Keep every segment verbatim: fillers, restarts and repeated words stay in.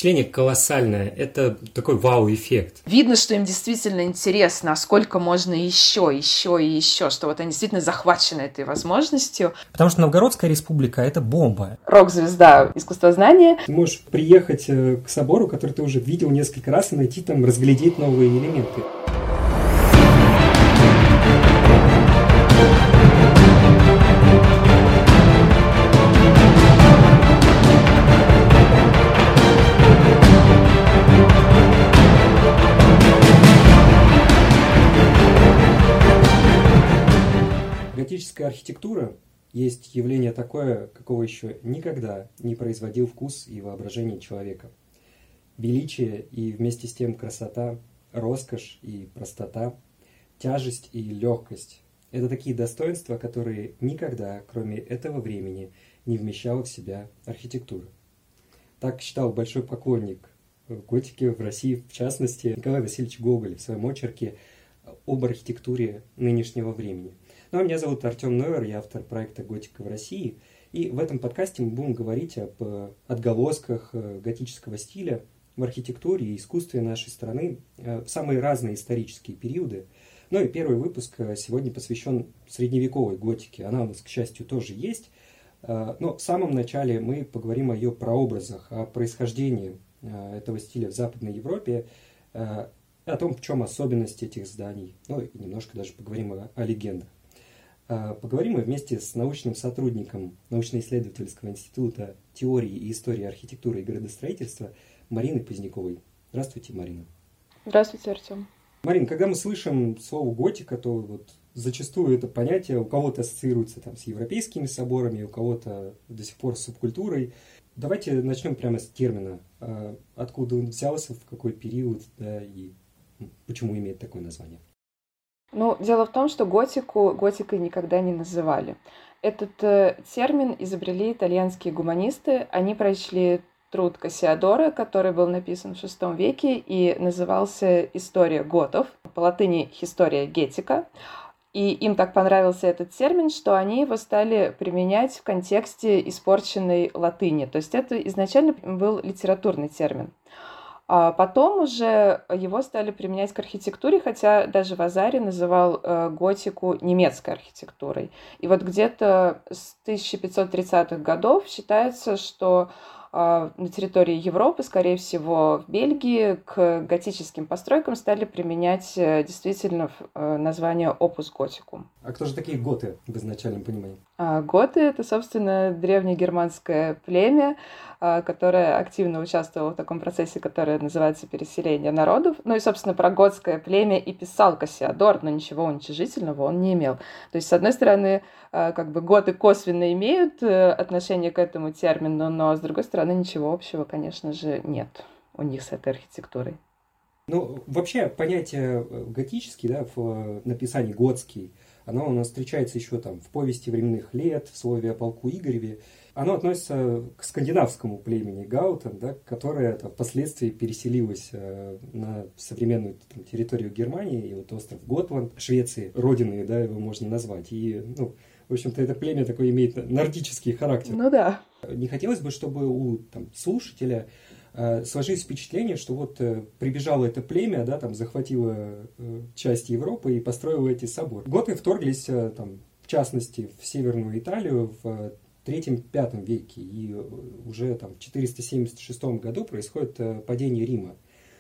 впечатление колоссальное. Это такой вау-эффект. Видно, что им действительно интересно, а сколько можно еще, еще и еще, что вот они действительно захвачены этой возможностью. Потому что Новгородская республика – это бомба. Рок-звезда искусствознания. Ты можешь приехать к собору, который ты уже видел несколько раз, и найти там, разглядеть новые элементы. Готическая архитектура есть явление такое, какого еще никогда не производил вкус и воображение человека. Величие и вместе с тем красота, роскошь и простота, тяжесть и легкость – это такие достоинства, которые никогда, кроме этого времени, не вмещала в себя архитектура. Так считал большой поклонник готики в России, в частности, Николай Васильевич Гоголь в своем очерке об архитектуре нынешнего времени. Ну, а меня зовут Артем Нойер, я автор проекта «Готика в России», и в этом подкасте мы будем говорить об отголосках готического стиля в архитектуре и искусстве нашей страны в самые разные исторические периоды. Ну и первый выпуск сегодня посвящен средневековой готике. Она у нас, к счастью, тоже есть, но в самом начале мы поговорим о ее прообразах, о происхождении этого стиля в Западной Европе, о том, в чем особенности этих зданий, ну и немножко даже поговорим о, о легендах. Поговорим мы вместе с научным сотрудником научно-исследовательского института теории и истории архитектуры и градостроительства Мариной Поздняковой. Здравствуйте, Марина. Здравствуйте, Артем. Марина, когда мы слышим слово готика, то вот зачастую это понятие у кого-то ассоциируется там, с европейскими соборами, у кого-то до сих пор с субкультурой. Давайте начнем прямо с термина. Откуда он взялся, в какой период, да, и почему имеет такое название? Ну, дело в том, что готику готикой никогда не называли. Этот э, термин изобрели итальянские гуманисты. Они прочли труд Кассиодора, который был написан в шестом веке и назывался «История готов», по латыни «Historia Getica». И им так понравился этот термин, что они его стали применять в контексте испорченной латыни. То есть это изначально был литературный термин. А потом уже его стали применять к архитектуре, хотя даже Вазари называл э, готику немецкой архитектурой. И вот где-то с тысяча пятьсот тридцатых годов считается, что э, на территории Европы, скорее всего в Бельгии, к готическим постройкам стали применять э, действительно э, название опус готикум. А кто же такие готы в изначальном понимании? А готы — это, собственно, древнегерманское племя, которое активно участвовало в таком процессе, который называется переселение народов. Ну и, собственно, про готское племя и писал Кассиодор, но ничего уничижительного он не имел. То есть, с одной стороны, как бы готы косвенно имеют отношение к этому термину, но, с другой стороны, ничего общего, конечно же, нет у них с этой архитектурой. Ну, вообще, понятие готический, да, в написании готский, оно у нас встречается еще там в повести временных лет, в слове о полку Игореве. Оно относится к скандинавскому племени гаутен, да, которое там, впоследствии переселилось э, на современную там, территорию Германии, и вот остров Готланд, Швеции, родиной, да, его можно назвать. И, ну, в общем-то, это племя такое имеет нордический характер. Ну да. Не хотелось бы, чтобы у там, слушателя э, сложилось впечатление, что вот э, прибежало это племя, да, там, захватило э, часть Европы и построило эти соборы. Готы вторглись, э, там, в частности, в Северную Италию в третьем-пятом веке, и уже там, в четыреста семьдесят шестом году происходит э, падение Рима.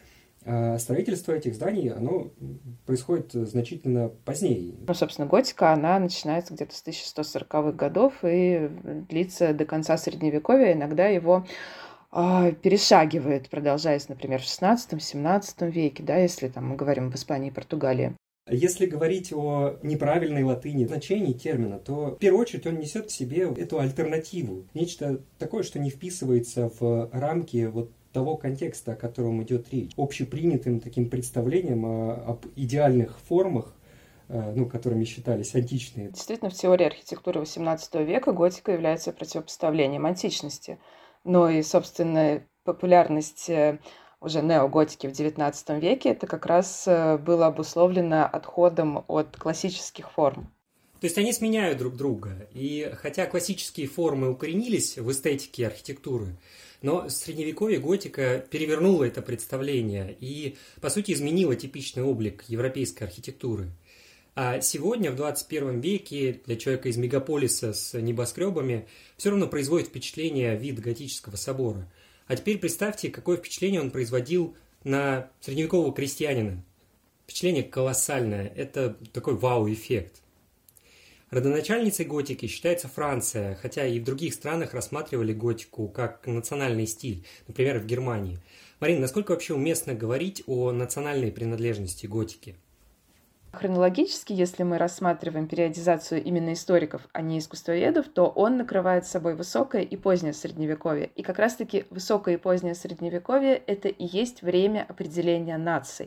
А строительство этих зданий, оно происходит значительно позднее. Ну, собственно, готика, она начинается где-то с тысяча сто сороковых годов и длится до конца Средневековья. Иногда его э, перешагивает, продолжаясь, например, в шестнадцатом-семнадцатом веке, да, если там, мы говорим об Испании и Португалии. Если говорить о неправильной латыни, значении термина, то в первую очередь он несет в себе эту альтернативу. Нечто такое, что не вписывается в рамки вот того контекста, о котором идет речь. Общепринятым таким представлением о, об идеальных формах, ну, которыми считались античные. Действительно, в теории архитектуры восемнадцатого века готика является противопоставлением античности. Но и, собственно, популярность уже неоготики в девятнадцатом веке, это как раз было обусловлено отходом от классических форм. То есть они сменяют друг друга. И хотя классические формы укоренились в эстетике архитектуры, Но средневековье готика перевернула это представление и, по сути, изменила типичный облик европейской архитектуры. А сегодня, в двадцать первом веке, для человека из мегаполиса с небоскребами все равно производит впечатление вид готического собора. А теперь представьте, какое впечатление он производил на средневекового крестьянина. Впечатление колоссальное, это такой вау-эффект. Родоначальницей готики считается Франция, хотя и в других странах рассматривали готику как национальный стиль, например, в Германии. Марина, насколько вообще уместно говорить о национальной принадлежности готики? Хронологически, если мы рассматриваем периодизацию именно историков, а не искусствоведов, то он накрывает собой высокое и позднее средневековье. И как раз-таки высокое и позднее средневековье – это и есть время определения наций.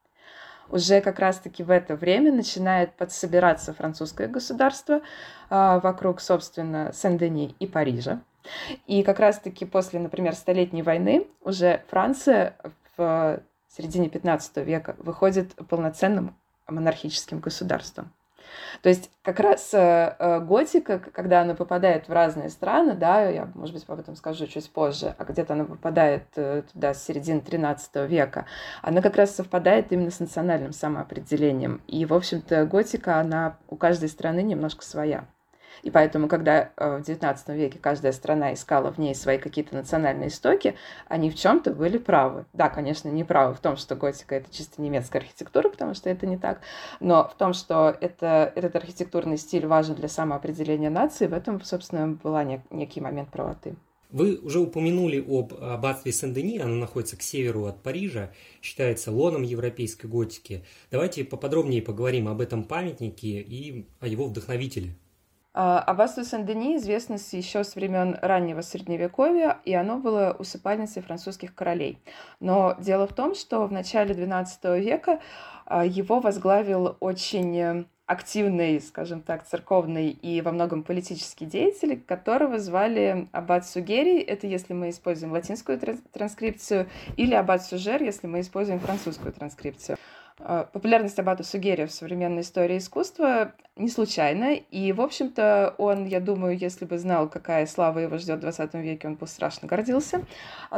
Уже как раз-таки в это время начинает подсобираться французское государство а, вокруг, собственно, Сен-Дени и Парижа. И как раз-таки после, например, Столетней войны уже Франция в середине пятнадцатого века выходит полноценным монархическим государством. То есть как раз э, готика, когда она попадает в разные страны, да, я, может быть, об этом скажу чуть позже, а где-то она попадает э, туда с середины тринадцатого века, она как раз совпадает именно с национальным самоопределением. И, в общем-то, готика, она у каждой страны немножко своя. И поэтому, когда в девятнадцатом веке каждая страна искала в ней свои какие-то национальные истоки, они в чем-то были правы. Да, конечно, не правы в том, что готика — это чисто немецкая архитектура, потому что это не так, но в том, что это, этот архитектурный стиль важен для самоопределения нации, в этом, собственно, был нек- некий момент правоты. Вы уже упомянули об аббатстве Сен-Дени, оно находится к северу от Парижа, считается лоном европейской готики. Давайте поподробнее поговорим об этом памятнике и о его вдохновителе. Аббатство Сен-Дени известно еще с времен раннего Средневековья, и оно было усыпальницей французских королей. Но дело в том, что в начале двенадцатого века его возглавил очень активный, скажем так, церковный и во многом политический деятель, которого звали аббат Сугерий, это если мы используем латинскую транскрипцию, или аббат Сужер, если мы используем французскую транскрипцию. Популярность аббата Сугерия в современной истории искусства не случайна, и, в общем-то, он, я думаю, если бы знал, какая слава его ждет в двадцатом веке, он бы страшно гордился,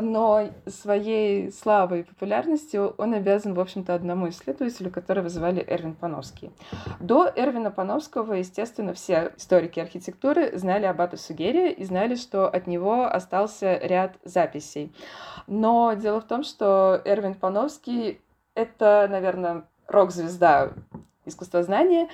но своей славой и популярностью он обязан, в общем-то, одному исследователю, которого звали Эрвин Пановский. До Эрвина Пановского, естественно, все историки архитектуры знали аббата Сугерия и знали, что от него остался ряд записей. Но дело в том, что Эрвин Пановский это, наверное, рок-звезда искусствознания,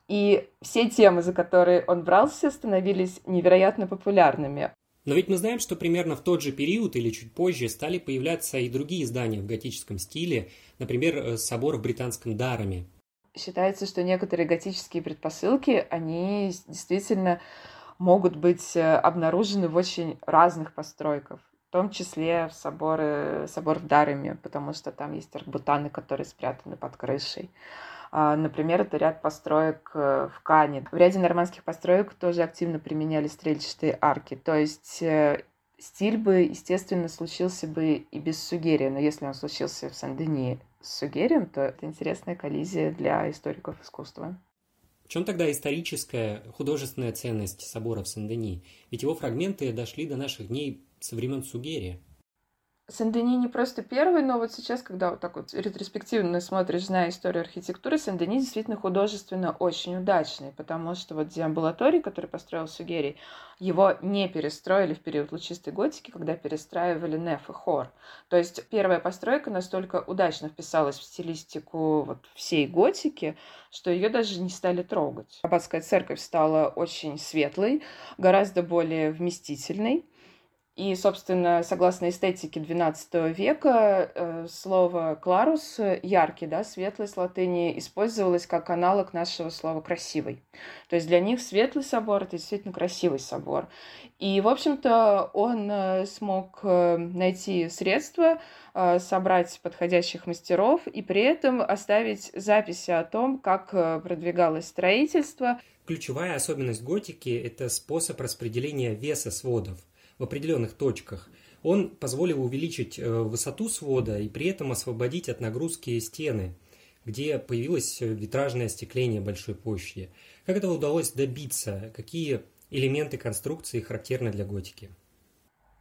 и все темы, за которые он брался, становились невероятно популярными. Но ведь мы знаем, что примерно в тот же период или чуть позже стали появляться и другие здания в готическом стиле, например, собор в британском Дараме. Считается, что некоторые готические предпосылки, они действительно могут быть обнаружены в очень разных постройках. В том числе в соборы, собор в Дараме, потому что там есть аркбутаны, которые спрятаны под крышей. Например, это ряд построек в Кане. В ряде нормандских построек тоже активно применяли стрельчатые арки. То есть стиль бы, естественно, случился бы и без Сугерия, но если он случился в Сен-Дени с Сугерием, то это интересная коллизия для историков искусства. В чем тогда историческая, художественная ценность собора в Сен-Дени? Ведь его фрагменты дошли до наших дней со времен Сугерия. Сен-Дени не просто первый, но вот сейчас, когда вот так вот ретроспективно смотришь, зная историю архитектуры, Сен-Дени действительно художественно очень удачный, потому что вот деамбулаторий, который построил Сугерий, его не перестроили в период лучистой готики, когда перестраивали неф и хор. То есть первая постройка настолько удачно вписалась в стилистику вот всей готики, что ее даже не стали трогать. Аббатская церковь стала очень светлой, гораздо более вместительной. И, собственно, согласно эстетике двенадцатого века, э, слово «кларус», яркий, да, светлый с латыни, использовалось как аналог нашего слова «красивый». То есть для них светлый собор — это действительно красивый собор. И, в общем-то, он э, смог э, найти средства, э, собрать подходящих мастеров и при этом оставить записи о том, как э, продвигалось строительство. Ключевая особенность готики – это способ распределения веса сводов в определенных точках. Он позволил увеличить высоту свода и при этом освободить от нагрузки стены, где появилось витражное остекление большой площади. Как этого удалось добиться? Какие элементы конструкции характерны для готики?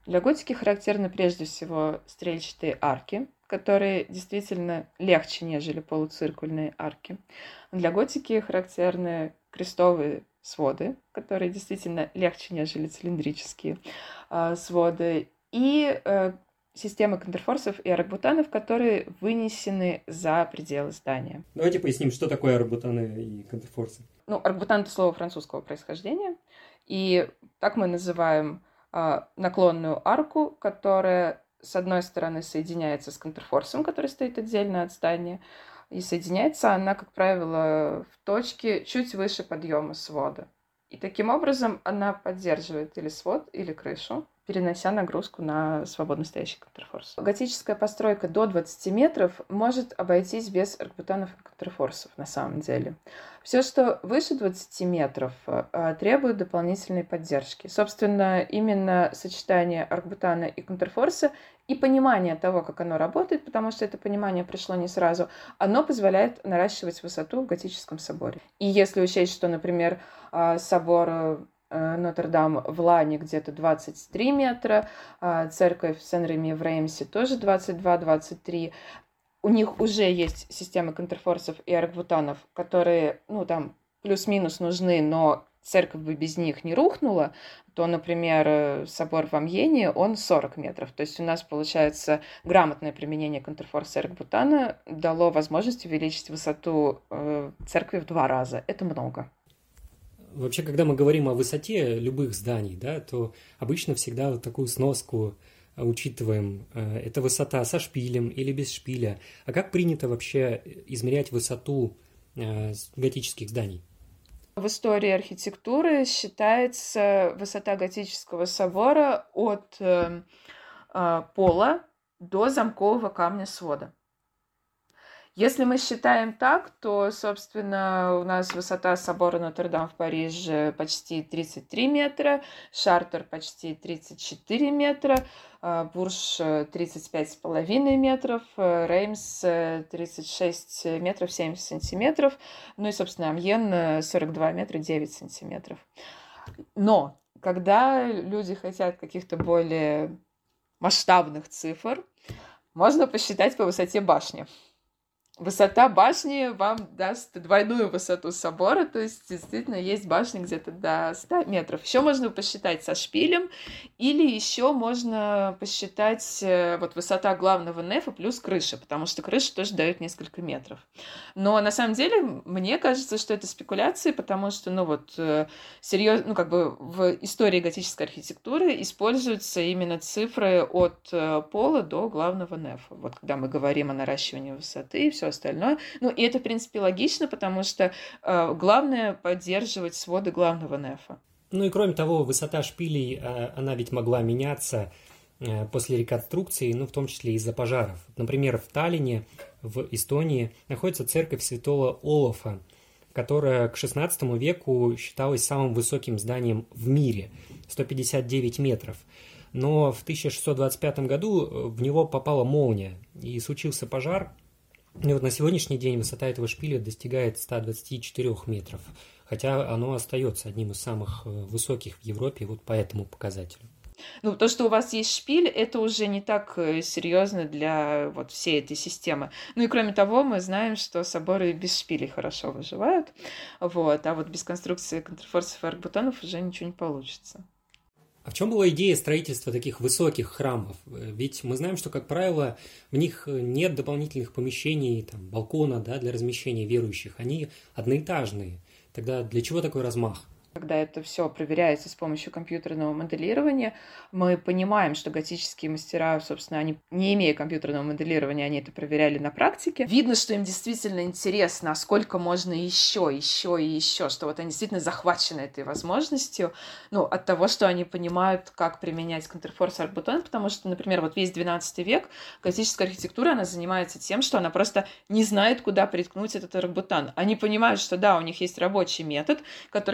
Для готики характерны прежде всего стрельчатые арки, которые действительно легче, нежели полуциркульные арки. Для готики характерны крестовые своды, которые действительно легче, нежели цилиндрические э, своды, и э, системы контрфорсов и аркбутанов, которые вынесены за пределы здания. Давайте поясним, что такое аркбутаны и контрфорсы. Ну, аркбутан — это слово французского происхождения, и так мы называем э, наклонную арку, которая с одной стороны соединяется с контрфорсом, который стоит отдельно от здания, и соединяется она, как правило, в точке чуть выше подъема свода. И таким образом она поддерживает или свод, или крышу, перенося нагрузку на свободно стоящий контрфорс. Готическая постройка до двадцати метров может обойтись без аркбутанов и контрфорсов на самом деле. Все, что выше двадцати метров, требует дополнительной поддержки. Собственно, именно сочетание аркбутана и контрфорса и понимание того, как оно работает, потому что это понимание пришло не сразу, оно позволяет наращивать высоту в готическом соборе. И если учесть, что, например, собор Нотр-Дам в Лане где-то двадцать три метра, церковь Сен-Реми в Реймсе тоже двадцать два — двадцать три. У них уже есть системы контрфорсов и аркбутанов, которые, ну, там, плюс-минус нужны, но церковь бы без них не рухнула, то, например, собор в Амьене, он сорок метров. То есть у нас, получается, грамотное применение контрфорса и аркбутана дало возможность увеличить высоту церкви в два раза. Это много. Вообще, когда мы говорим о высоте любых зданий, да, то обычно всегда вот такую сноску учитываем. Это высота со шпилем или без шпиля. А как принято вообще измерять высоту готических зданий? В истории архитектуры считается высота готического собора от э, э, пола до замкового камня свода. Если мы считаем так, то, собственно, у нас высота собора Нотр-Дам в Париже почти тридцать три метра, Шартер почти тридцать четыре метра, Бурж тридцать пять с половиной метров, Реймс тридцать шесть метров семьдесят сантиметров, ну и, собственно, Амьен сорок два метра девять сантиметров. Но когда люди хотят каких-то более масштабных цифр, можно посчитать по высоте башни. Высота башни вам даст двойную высоту собора, то есть действительно есть башни где-то до ста метров. Еще можно посчитать со шпилем, или еще можно посчитать вот высота главного нефа плюс крыша, потому что крыша тоже дает несколько метров. Но на самом деле мне кажется, что это спекуляции, потому что, ну вот, серьезно, ну как бы в истории готической архитектуры используются именно цифры от пола до главного нефа. Вот когда мы говорим о наращивании высоты и все остальное. Ну, и это, в принципе, логично, потому что э, главное поддерживать своды главного нефа. Ну и кроме того, высота шпилей, э, она ведь могла меняться э, после реконструкции, ну, в том числе из-за пожаров. Например, в Таллине, в Эстонии, находится церковь святого Олафа, которая к шестнадцатому веку считалась самым высоким зданием в мире, сто пятьдесят девять метров. Но в тысяча шестьсот двадцать пятом году в него попала молния, и случился пожар. И вот на сегодняшний день высота этого шпиля достигает ста двадцати четырёх метров, хотя оно остается одним из самых высоких в Европе вот по этому показателю. Ну, то, что у вас есть шпиль, это уже не так серьезно для вот всей этой системы. Ну и кроме того, мы знаем, что соборы без шпилей хорошо выживают, вот, а вот без конструкции контрфорсов и аркбутанов уже ничего не получится. А в чем была идея строительства таких высоких храмов? Ведь мы знаем, что, как правило, в них нет дополнительных помещений, там, балкона, да, для размещения верующих. Они одноэтажные. Тогда для чего такой размах? Когда это все проверяется с помощью компьютерного моделирования, мы понимаем, что готические мастера, собственно, они, не имея компьютерного моделирования, они это проверяли на практике. Видно, что им действительно интересно, сколько можно еще, еще и еще, что вот они действительно захвачены этой возможностью, ну, от того, что они понимают, как применять контрфорс и аркбутан, потому что, например, вот весь двенадцатый век готическая архитектура, она занимается тем, что она просто не знает, куда приткнуть этот аркбутан. Они понимают, что да, у них есть рабочий метод, который позволяет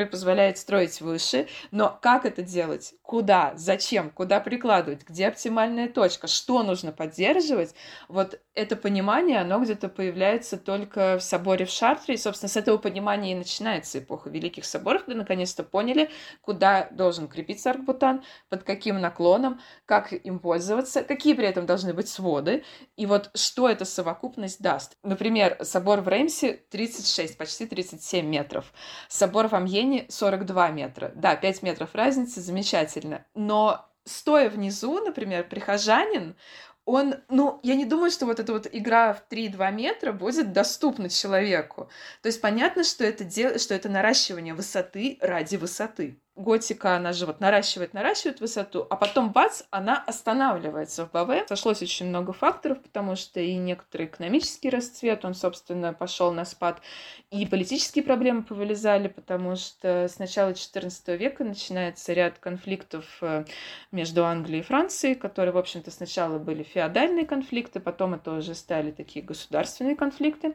позволяет строить выше, но как это делать? Куда? Зачем? Куда прикладывать? Где оптимальная точка? Что нужно поддерживать? Вот это понимание, оно где-то появляется только в соборе в Шартре, и, собственно, с этого понимания и начинается эпоха Великих соборов, когда наконец-то поняли, куда должен крепиться аркбутан, под каким наклоном, как им пользоваться, какие при этом должны быть своды, и вот что эта совокупность даст. Например, собор в Реймсе тридцать шесть, почти тридцать семь метров, собор в Амьене сорок два метра. Да, пять метров разницы, замечательно, но стоя внизу, например, прихожанин, он, ну, я не думаю, что вот эта вот игра в три-два метра будет доступна человеку. То есть понятно, что это, дел... что это наращивание высоты ради высоты. Готика, она же вот наращивает, наращивает высоту, а потом, бац, она останавливается в Баве. Сошлось очень много факторов, потому что и некоторый экономический расцвет, он, собственно, пошел на спад, и политические проблемы повылезали, потому что с начала четырнадцатого века начинается ряд конфликтов между Англией и Францией, которые, в общем-то, сначала были феодальные конфликты, потом это уже стали такие государственные конфликты.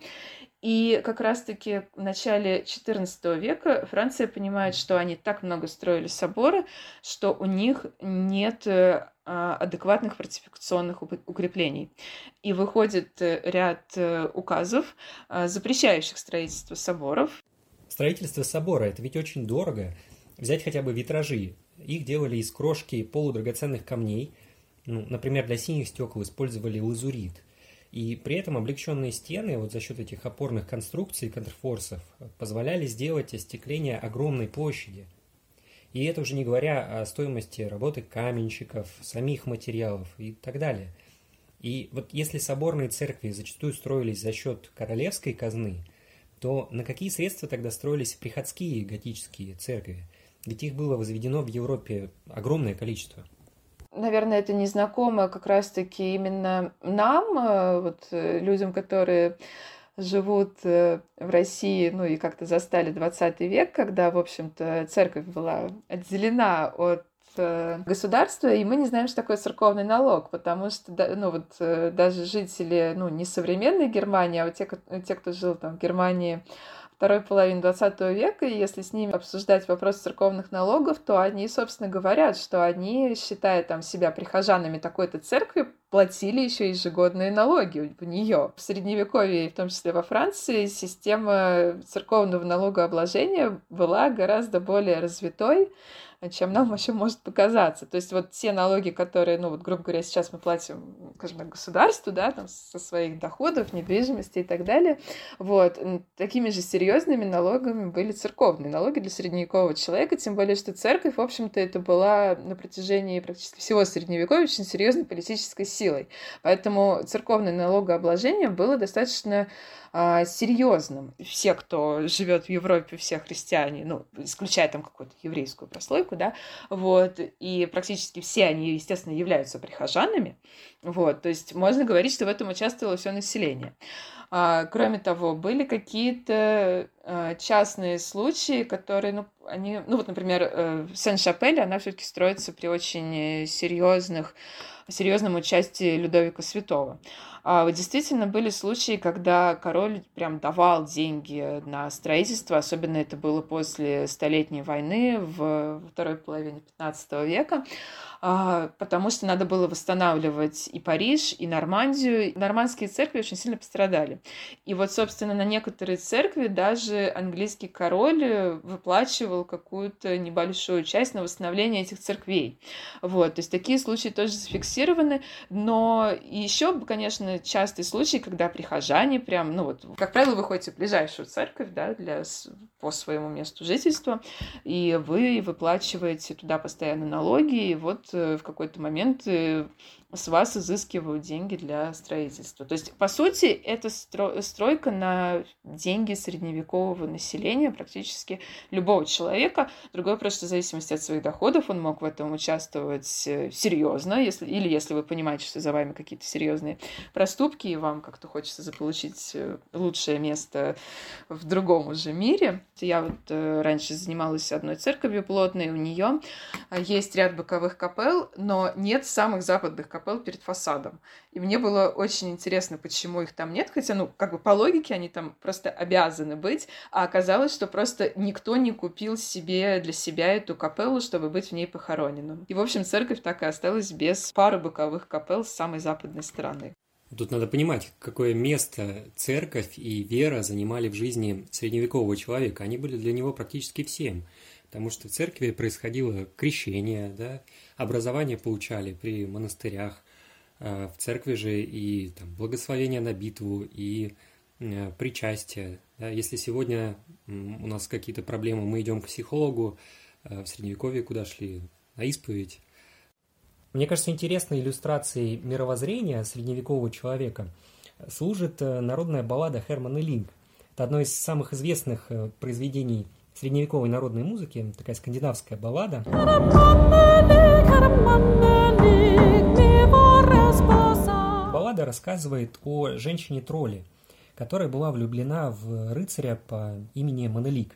И как раз-таки в начале четырнадцатого века Франция понимает, что они так много строили соборы, что у них нет адекватных фортификационных укреплений. И выходит ряд указов, запрещающих строительство соборов. Строительство собора – это ведь очень дорого. Взять хотя бы витражи. Их делали из крошки полудрагоценных камней. Ну, например, для синих стекол использовали лазурит. И при этом облегченные стены вот за счет этих опорных конструкций, контрфорсов, позволяли сделать остекление огромной площади. И это уже не говоря о стоимости работы каменщиков, самих материалов и так далее. И вот если соборные церкви зачастую строились за счет королевской казны, то на какие средства тогда строились приходские готические церкви? Ведь их было возведено в Европе огромное количество. Наверное, это незнакомо как раз-таки именно нам, вот людям, которые живут в России, ну и как-то застали двадцатый век, когда, в общем-то, церковь была отделена от государства, и мы не знаем, что такое церковный налог, потому что, ну вот, даже жители, ну, не современной Германии, а вот те, те, кто жил там в Германии второй половины двадцатого века, и если с ними обсуждать вопрос церковных налогов, то они, собственно, говорят, что они, считая там себя прихожанами такой-то церкви, платили еще ежегодные налоги в нее. В Средневековье, в том числе во Франции, система церковного налогообложения была гораздо более развитой, чем нам вообще может показаться. То есть вот те налоги, которые, ну вот, грубо говоря, сейчас мы платим, скажем так, государству, да, там, со своих доходов, недвижимости и так далее, вот, такими же серьезными налогами были церковные налоги для средневекового человека, тем более, что церковь, в общем-то, это была на протяжении практически всего Средневековья очень серьезной политической силой. Поэтому церковное налогообложение было достаточно а, серьезным. Все, кто живет в Европе, все христиане, ну, исключая там какую-то еврейскую прослойку, да, вот, и практически все они, естественно, являются прихожанами, вот, то есть можно говорить, что в этом участвовало все население. А, кроме того, были какие-то а, частные случаи, которые, ну, они, ну, вот, например, Сен-Шапель, она все-таки строится при очень серьезных, серьезном участии Людовика Святого. А, действительно, были случаи, когда король прям давал деньги на строительство, особенно это было после Столетней войны в второй половине пятнадцатого века, потому что надо было восстанавливать и Париж, и Нормандию. Нормандские церкви очень сильно пострадали. И вот, собственно, на некоторые церкви даже английский король выплачивал какую-то небольшую часть на восстановление этих церквей. Вот, то есть такие случаи тоже зафиксированы, но еще, конечно, частый случай, когда прихожане прям, ну вот, как правило, вы ходите в ближайшую церковь, да, для, по своему месту жительства, и вы выплачиваете туда постоянно налоги, и вот в какой-то момент с вас изыскивают деньги для строительства. То есть, по сути, это стройка на деньги средневекового населения, практически любого человека. Другой вопрос, что в зависимости от своих доходов он мог в этом участвовать серьезно, если, или если вы понимаете, что за вами какие-то серьезные проступки, и вам как-то хочется заполучить лучшее место в другом уже мире. Я вот раньше занималась одной церковью плотной, у нее есть ряд боковых капелл, но нет самых западных капелл. капелл перед фасадом. И мне было очень интересно, почему их там нет, хотя, ну, как бы по логике они там просто обязаны быть, а оказалось, что просто никто не купил себе для себя эту капеллу, чтобы быть в ней похороненным. И, в общем, церковь так и осталась без пары боковых капелл с самой западной стороны. Тут надо понимать, какое место церковь и вера занимали в жизни средневекового человека. Они были для него практически всем, потому что в церкви происходило крещение, да, образование получали при монастырях, в церкви же и там, благословение на битву, и причастие. Да. Если сегодня у нас какие-то проблемы, мы идем к психологу, в Средневековье куда шли? На исповедь. Мне кажется, интересной иллюстрацией мировоззрения средневекового человека служит народная баллада Hermann и Ling. Это одно из самых известных произведений средневековой народной музыки, такая скандинавская баллада. Баллада рассказывает о женщине-тролле, которая была влюблена в рыцаря по имени Манелик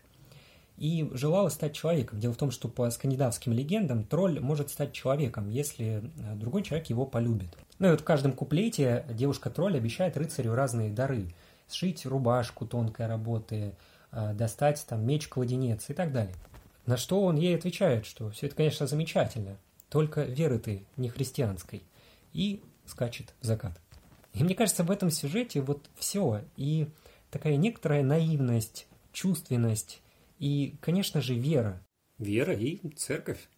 и желала стать человеком. Дело в том, что по скандинавским легендам тролль может стать человеком, если другой человек его полюбит. Ну и вот в каждом куплете девушка-тролль обещает рыцарю разные дары. Сшить рубашку тонкой работы, достать там меч-кладенец и так далее. На что он ей отвечает, что все это, конечно, замечательно, только веры ты не христианской. И скачет в закат. И мне кажется, в этом сюжете вот все. И такая некоторая наивность, чувственность, и, конечно же, вера. Вера и церковь.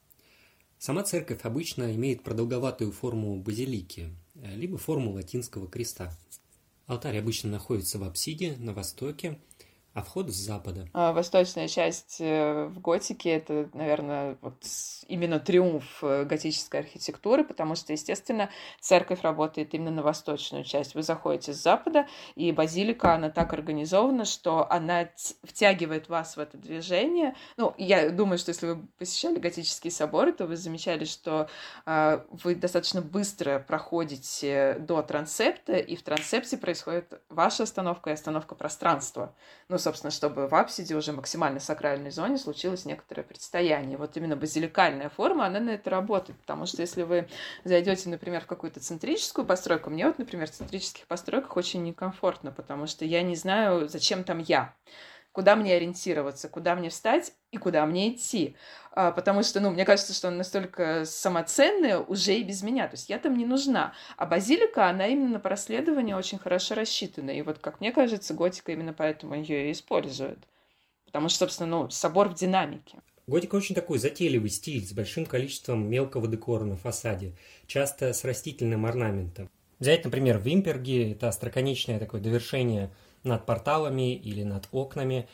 Сама церковь обычно имеет продолговатую форму базилики, либо форму латинского креста. Алтарь обычно находится в апсиде на востоке, а вход с запада. Восточная часть в готике – это, наверное, вот именно триумф готической архитектуры, потому что, естественно, церковь работает именно на восточную часть. Вы заходите с запада, и базилика, она так организована, что она втягивает вас в это движение. Ну, я думаю, что если вы посещали готические соборы, то вы замечали, что э, вы достаточно быстро проходите до трансепта, и в трансепте происходит ваша остановка и остановка пространства. Ну, собственно, чтобы в апсиде уже максимально сакральной зоне случилось некоторое предстояние. Вот именно базиликальная форма, она на это работает, потому что если вы зайдете, например, в какую-то центрическую постройку, мне вот, например, в центрических постройках очень некомфортно, потому что я не знаю, зачем там я. Куда мне ориентироваться, куда мне встать и куда мне идти. А, потому что, ну, мне кажется, что она настолько самоценная уже и без меня. То есть я там не нужна. А базилика, она именно на проследование очень хорошо рассчитана. И вот, как мне кажется, готика именно поэтому ее и использует. Потому что, собственно, ну, собор в динамике. Готика очень такой затейливый стиль, с большим количеством мелкого декора на фасаде, часто с растительным орнаментом. Взять, например, Вимперги, это остроконечное такое довершение над порталами или над окнами,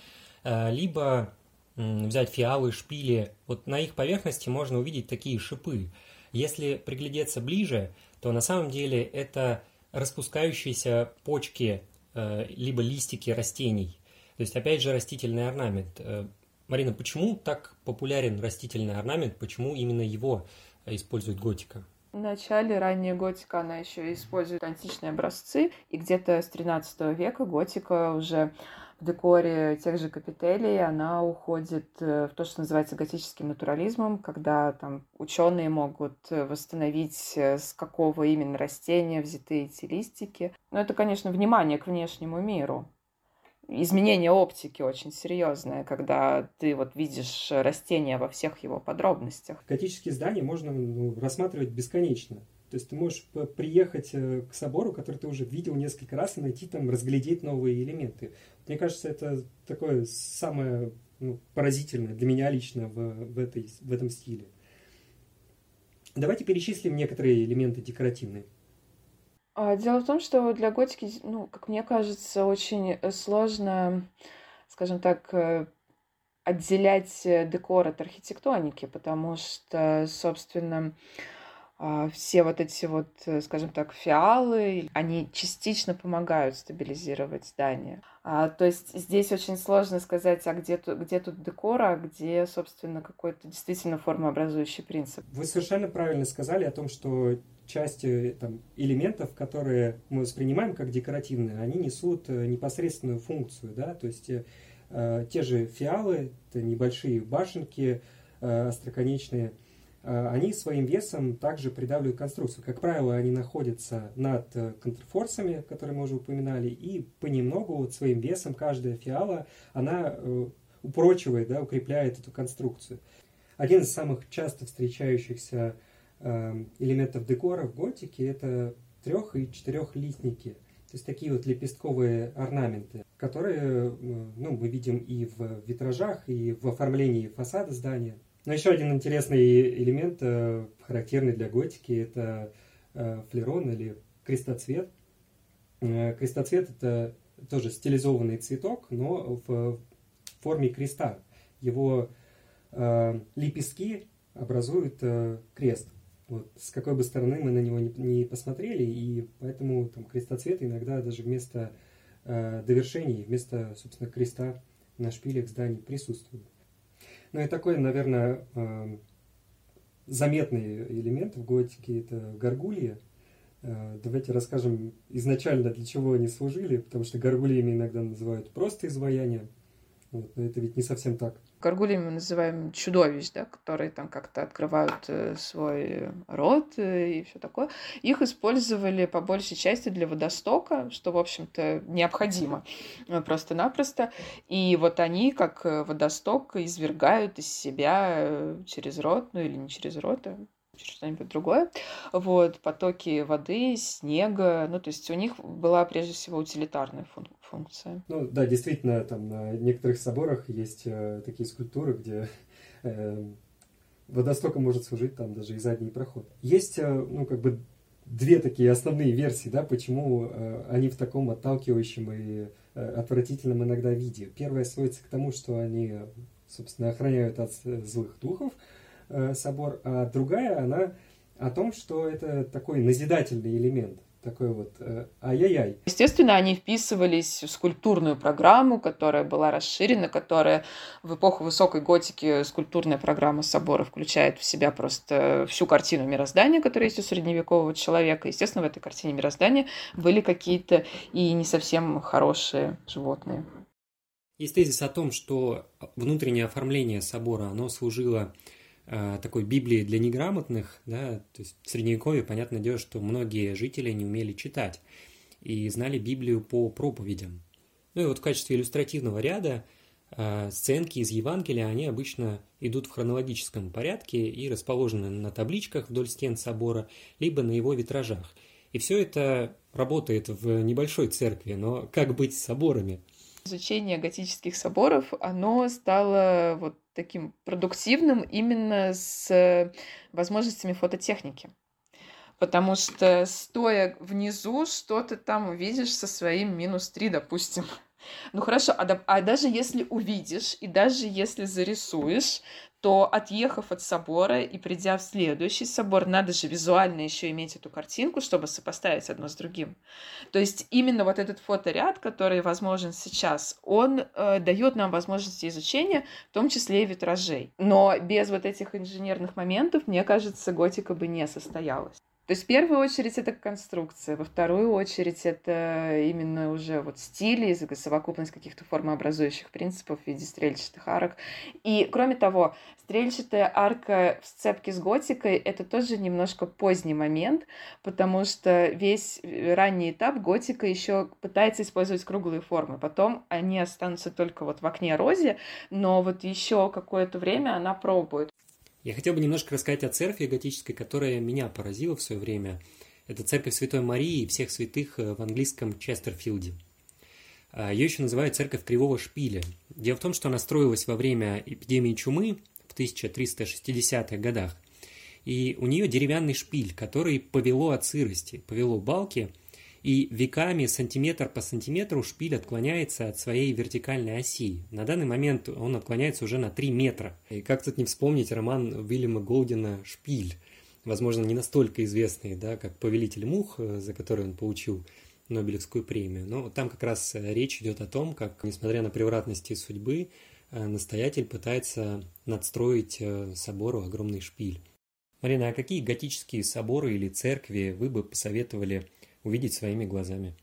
либо взять фиалы, шпили. Вот на их поверхности можно увидеть такие шипы. Если приглядеться ближе, то на самом деле это распускающиеся почки либо листики растений. То есть, опять же, растительный орнамент. Марина, почему так популярен растительный орнамент? Почему именно его использует готика? В начале ранняя готика, она еще использует античные образцы, и где-то с тринадцатого века готика уже в декоре тех же капителей, она уходит в то, что называется готическим натурализмом, когда там ученые могут восстановить, с какого именно растения взяты эти листики. Но это, конечно, внимание к внешнему миру. Изменение оптики очень серьезное, когда ты вот видишь растения во всех его подробностях. Готические здания можно ну, рассматривать бесконечно. То есть ты можешь приехать к собору, который ты уже видел несколько раз, и найти там, разглядеть новые элементы. Мне кажется, это такое самое ну, поразительное для меня лично в, в, этой, в этом стиле. Давайте перечислим некоторые элементы декоративные. Дело в том, что для готики, ну, как мне кажется, очень сложно, скажем так, отделять декор от архитектоники, потому что, собственно, все вот эти вот, скажем так, фиалы, они частично помогают стабилизировать здание. А, то есть здесь очень сложно сказать, а где тут, где тут декор, а где, собственно, какой-то действительно формообразующий принцип. Вы совершенно правильно сказали о том, что части там, элементов, которые мы воспринимаем как декоративные, они несут непосредственную функцию. Да? То есть э, те же фиалы, это небольшие башенки э, остроконечные, они своим весом также придавливают конструкцию. Как правило, они находятся над контрфорсами, которые мы уже упоминали, и понемногу вот своим весом каждая фиала, она упрочивает, да, укрепляет эту конструкцию. Один из самых часто встречающихся элементов декора в готике — это трех- и четырехлистники. То есть такие вот лепестковые орнаменты, которые, ну, мы видим и в витражах, и в оформлении фасада здания. Но еще один интересный элемент, характерный для готики, это флерон или крестоцвет. Крестоцвет — это тоже стилизованный цветок, но в форме креста. Его лепестки образуют крест. Вот, с какой бы стороны мы на него не посмотрели, и поэтому там крестоцветы иногда даже вместо довершений, вместо, собственно, креста на шпилях зданий присутствуют. Ну и такой, наверное, заметный элемент в готике — это горгульи. Давайте расскажем изначально, для чего они служили, потому что горгульями иногда называют просто изваяния. Вот, но это ведь не совсем так. Горгульями мы называем чудовищ, да, которые там как-то открывают свой рот и все такое. Их использовали по большей части для водостока, что, в общем-то, необходимо просто-напросто. И вот они, как водосток, извергают из себя через рот, ну или не через рот, а через что-нибудь другое, вот, потоки воды, снега, ну, то есть у них была прежде всего утилитарная фун- функция. Ну, да, действительно, там на некоторых соборах есть э, такие скульптуры, где э, водостоком может служить там даже и задний проход. Есть, э, ну, как бы две такие основные версии, да, почему э, они в таком отталкивающем и э, отвратительном иногда виде. Первая сводится к тому, что они, собственно, охраняют от злых духов собор, а другая, она о том, что это такой назидательный элемент, такой вот э, ай-яй-яй. Естественно, они вписывались в скульптурную программу, которая была расширена, которая в эпоху высокой готики, скульптурная программа собора включает в себя просто всю картину мироздания, которая есть у средневекового человека. Естественно, в этой картине мироздания были какие-то и не совсем хорошие животные. Есть тезис о том, что внутреннее оформление собора, оно служило такой Библии для неграмотных, да, то есть в Средневековье, понятное дело, что многие жители не умели читать и знали Библию по проповедям. Ну и вот в качестве иллюстративного ряда э, сценки из Евангелия, они обычно идут в хронологическом порядке и расположены на табличках вдоль стен собора, либо на его витражах. И все это работает в небольшой церкви, но как быть с соборами? Изучение готических соборов, оно стало вот таким продуктивным именно с возможностями фототехники. Потому что, стоя внизу, что ты там увидишь со своим минус три, допустим. Ну хорошо, а, да, а даже если увидишь, и даже если зарисуешь, то, отъехав от собора и придя в следующий собор, надо же визуально еще иметь эту картинку, чтобы сопоставить одно с другим. То есть именно вот этот фоторяд, который возможен сейчас, он э, дает нам возможности изучения, в том числе и витражей. Но без вот этих инженерных моментов, мне кажется, готика бы не состоялась. То есть в первую очередь это конструкция, во вторую очередь это именно уже вот стиль и совокупность каких-то формообразующих принципов в виде стрельчатых арок. И кроме того, стрельчатая арка в сцепке с готикой — это тоже немножко поздний момент, потому что весь ранний этап готика еще пытается использовать круглые формы. Потом они останутся только вот в окне розе, но вот еще какое-то время она пробует. Я хотел бы немножко рассказать о церкви готической, которая меня поразила в свое время. Это церковь Святой Марии и всех святых в английском Честерфилде. Ее еще называют церковь Кривого Шпиля. Дело в том, что она строилась во время эпидемии чумы в тысяча триста шестидесятых годах. И у нее деревянный шпиль, который повело от сырости, повело балки, и веками сантиметр по сантиметру шпиль отклоняется от своей вертикальной оси. На данный момент он отклоняется уже на три метра. И как тут не вспомнить роман Уильяма Голдина «Шпиль», возможно, не настолько известный, да, как «Повелитель мух», за который он получил Нобелевскую премию. Но там как раз речь идет о том, как, несмотря на превратности судьбы, настоятель пытается надстроить собору огромный шпиль. Марина, а какие готические соборы или церкви вы бы посоветовали увидеть своими глазами?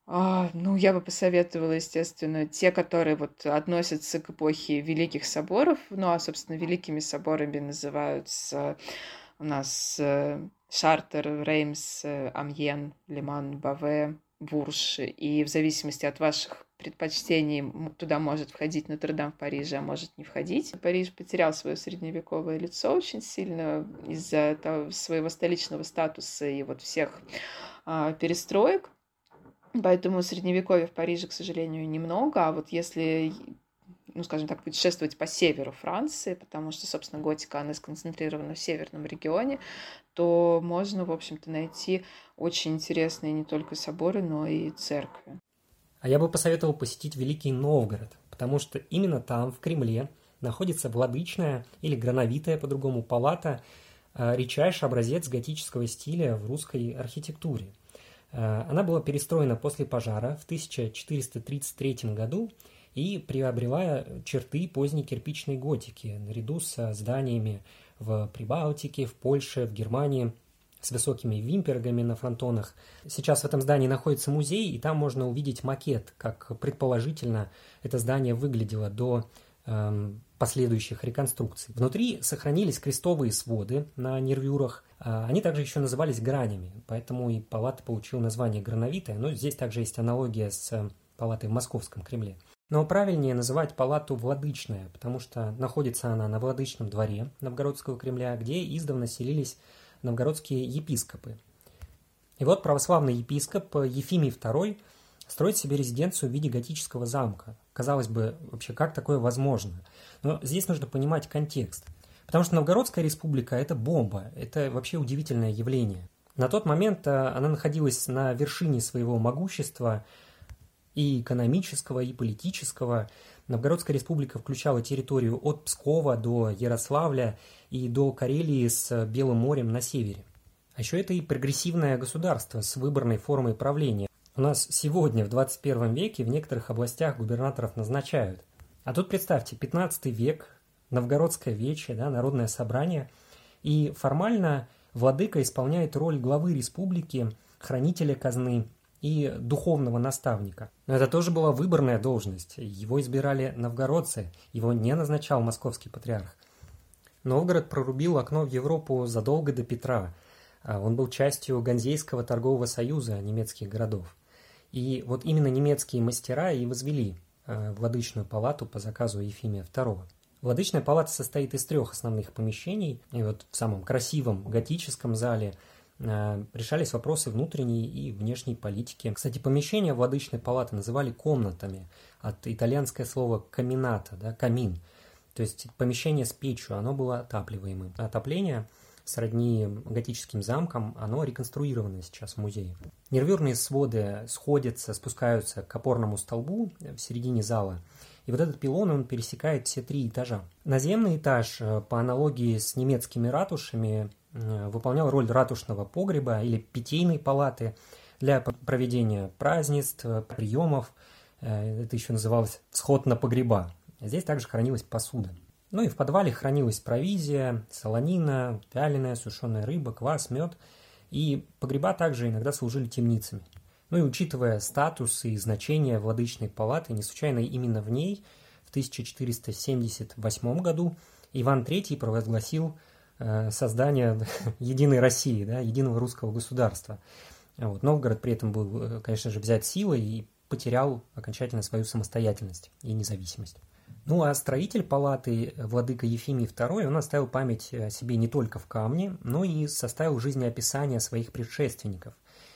А, ну, я бы посоветовала, естественно, те, которые вот относятся к эпохе Великих соборов. Ну, а, собственно, Великими соборами называются у нас э, Шартер, Реймс, э, Амьен, Лиман, Баве, Бурж. И в зависимости от ваших предпочтений м, туда может входить Нотр-Дам в Париже, а может не входить. Париж потерял свое средневековое лицо очень сильно из-за того- своего столичного статуса и вот всех а, перестроек. Поэтому средневековья в Париже, к сожалению, немного. А вот если, ну, скажем так, путешествовать по северу Франции, потому что, собственно, готика, она сконцентрирована в северном регионе, то можно, в общем-то, найти очень интересные не только соборы, но и церкви. А я бы посоветовал посетить Великий Новгород, потому что именно там, в Кремле, находится владычная или грановитая, по-другому, палата, э, редчайший образец готического стиля в русской архитектуре. Э, Она была перестроена после пожара в тысяча четыреста тридцать третьем году и приобрела черты поздней кирпичной готики, наряду со зданиями в Прибалтике, в Польше, в Германии, с высокими вимпергами на фронтонах. Сейчас в этом здании находится музей, и там можно увидеть макет, как предположительно это здание выглядело до эм, последующих реконструкций. Внутри сохранились крестовые своды на нервюрах. А они также еще назывались гранями, поэтому и палата получила название грановитая, но здесь также есть аналогия с палатой в Московском Кремле. Но правильнее называть палату владычная, потому что находится она на Владычном дворе Новгородского Кремля, где издавна селились новгородские епископы. И вот православный епископ Ефимий второй строит себе резиденцию в виде готического замка. Казалось бы, вообще, как такое возможно? Но здесь нужно понимать контекст. Потому что Новгородская республика – это бомба, это вообще удивительное явление. На тот момент она находилась на вершине своего могущества и экономического, и политического. Новгородская республика включала территорию от Пскова до Ярославля и до Карелии с Белым морем на севере. А еще это и прогрессивное государство с выборной формой правления. У нас сегодня, в двадцать первом веке, в некоторых областях губернаторов назначают. А тут представьте, пятнадцатый век, Новгородское вече, да, народное собрание, и формально владыка исполняет роль главы республики, хранителя казны и духовного наставника. Но это тоже была выборная должность. Его избирали новгородцы, его не назначал московский патриарх. Новгород прорубил окно в Европу задолго до Петра. Он был частью Ганзейского торгового союза немецких городов. И вот именно немецкие мастера и возвели владычную палату по заказу Ефимия второго. Владычная палата состоит из трех основных помещений. И вот в самом красивом готическом зале решались вопросы внутренней и внешней политики. Кстати, помещения владычной палаты называли комнатами, от итальянское слово камината, да, камин. То есть помещение с печью, оно было отапливаемым. Отопление сродни готическим замкам, оно реконструировано сейчас в музее. Нервюрные своды сходятся, спускаются к опорному столбу в середине зала. И вот этот пилон, он пересекает все три этажа. Наземный этаж, по аналогии с немецкими ратушами, выполнял роль ратушного погреба или питейной палаты для проведения празднеств, приемов. Это еще называлось «сход на погреба». Здесь также хранилась посуда. Ну и в подвале хранилась провизия, солонина, вяленая, сушеная рыба, квас, мед. И погреба также иногда служили темницами. Ну и учитывая статус и значение владычной палаты, не случайно именно в ней в тысяча четыреста семьдесят восьмом году Иван третий провозгласил создание единой России, да, единого русского государства. Вот. Новгород при этом был, конечно же, взят силой и потерял окончательно свою самостоятельность и независимость. Ну а строитель палаты, владыка Ефимий второй, он оставил память о себе не только в камне, но и составил жизнеописание своих предшественников.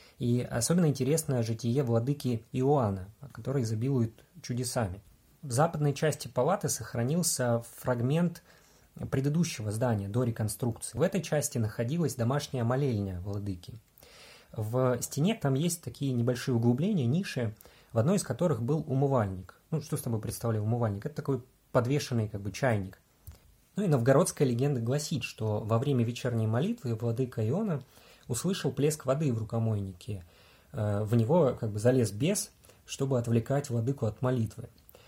И особенно интересно житие владыки Иоанна, который изобилует чудесами. В западной части палаты сохранился фрагмент предыдущего здания до реконструкции. В этой части находилась домашняя молельня владыки. В стене там есть такие небольшие углубления, ниши, в одной из которых был умывальник. Ну, что с тобой представляю умывальник? Это такой подвешенный как бы чайник. Ну и новгородская легенда гласит, что во время вечерней молитвы владыка Иоанна услышал плеск воды в рукомойнике. В него как бы залез бес, чтобы отвлекать владыку от молитвы.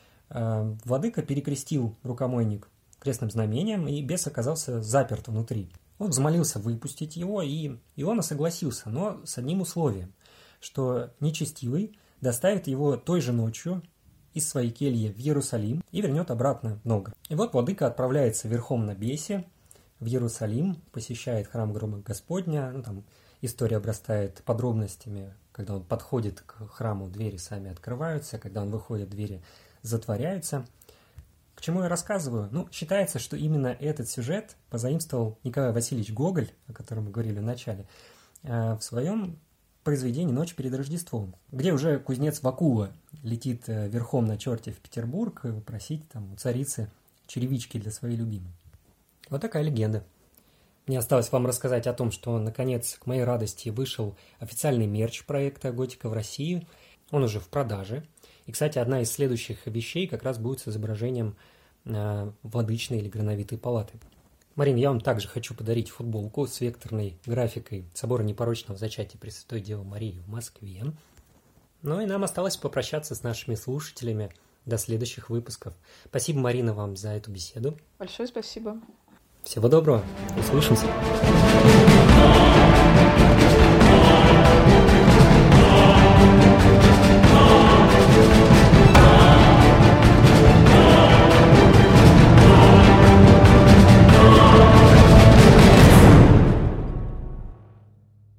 Владыка перекрестил рукомойник крестным знамением, и бес оказался заперт внутри. Он взмолился выпустить его, и Иоанна согласился, но с одним условием, что нечестивый доставит его той же ночью из своей кельи в Иерусалим и вернет обратно в Новгород. И вот владыка отправляется верхом на бесе в Иерусалим, посещает храм гроба Господня, ну, там история обрастает подробностями, когда он подходит к храму, двери сами открываются, когда он выходит, двери затворяются. К чему я рассказываю? Ну, считается, что именно этот сюжет позаимствовал Николай Васильевич Гоголь, о котором мы говорили в начале, в своем произведении «Ночь перед Рождеством», где уже кузнец Вакула летит верхом на черте в Петербург просить там у царицы черевички для своей любимой. Вот такая легенда. Мне осталось вам рассказать о том, что, наконец, к моей радости, вышел официальный мерч проекта «Готика в России». Он уже в продаже. И, кстати, одна из следующих вещей как раз будет с изображением э, владычной или грановитой палаты. Марин, я вам также хочу подарить футболку с векторной графикой Собора Непорочного Зачатия Пресвятой Девы Марии в Москве. Ну и нам осталось попрощаться с нашими слушателями до следующих выпусков. Спасибо, Марина, вам за эту беседу. Большое спасибо. Всего доброго. Услышимся.